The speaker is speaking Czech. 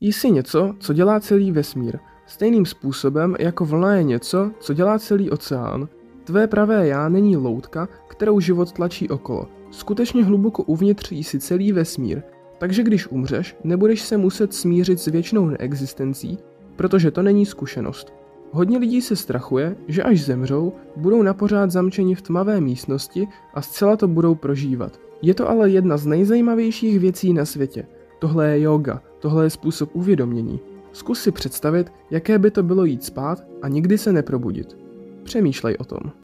Jsi něco, co dělá celý vesmír. Stejným způsobem jako vlna je něco, co dělá celý oceán. Tvé pravé já není loutka, kterou život tlačí okolo. Skutečně hluboko uvnitř jsi celý vesmír. Takže když umřeš, nebudeš se muset smířit s věčnou neexistencí, protože to není zkušenost. Hodně lidí se strachuje, že až zemřou, budou napořád zamčeni v tmavé místnosti a zcela to budou prožívat. Je to ale jedna z nejzajímavějších věcí na světě. Tohle je jóga, tohle je způsob uvědomění. Zkus si představit, jaké by to bylo jít spát a nikdy se neprobudit. Přemýšlej o tom.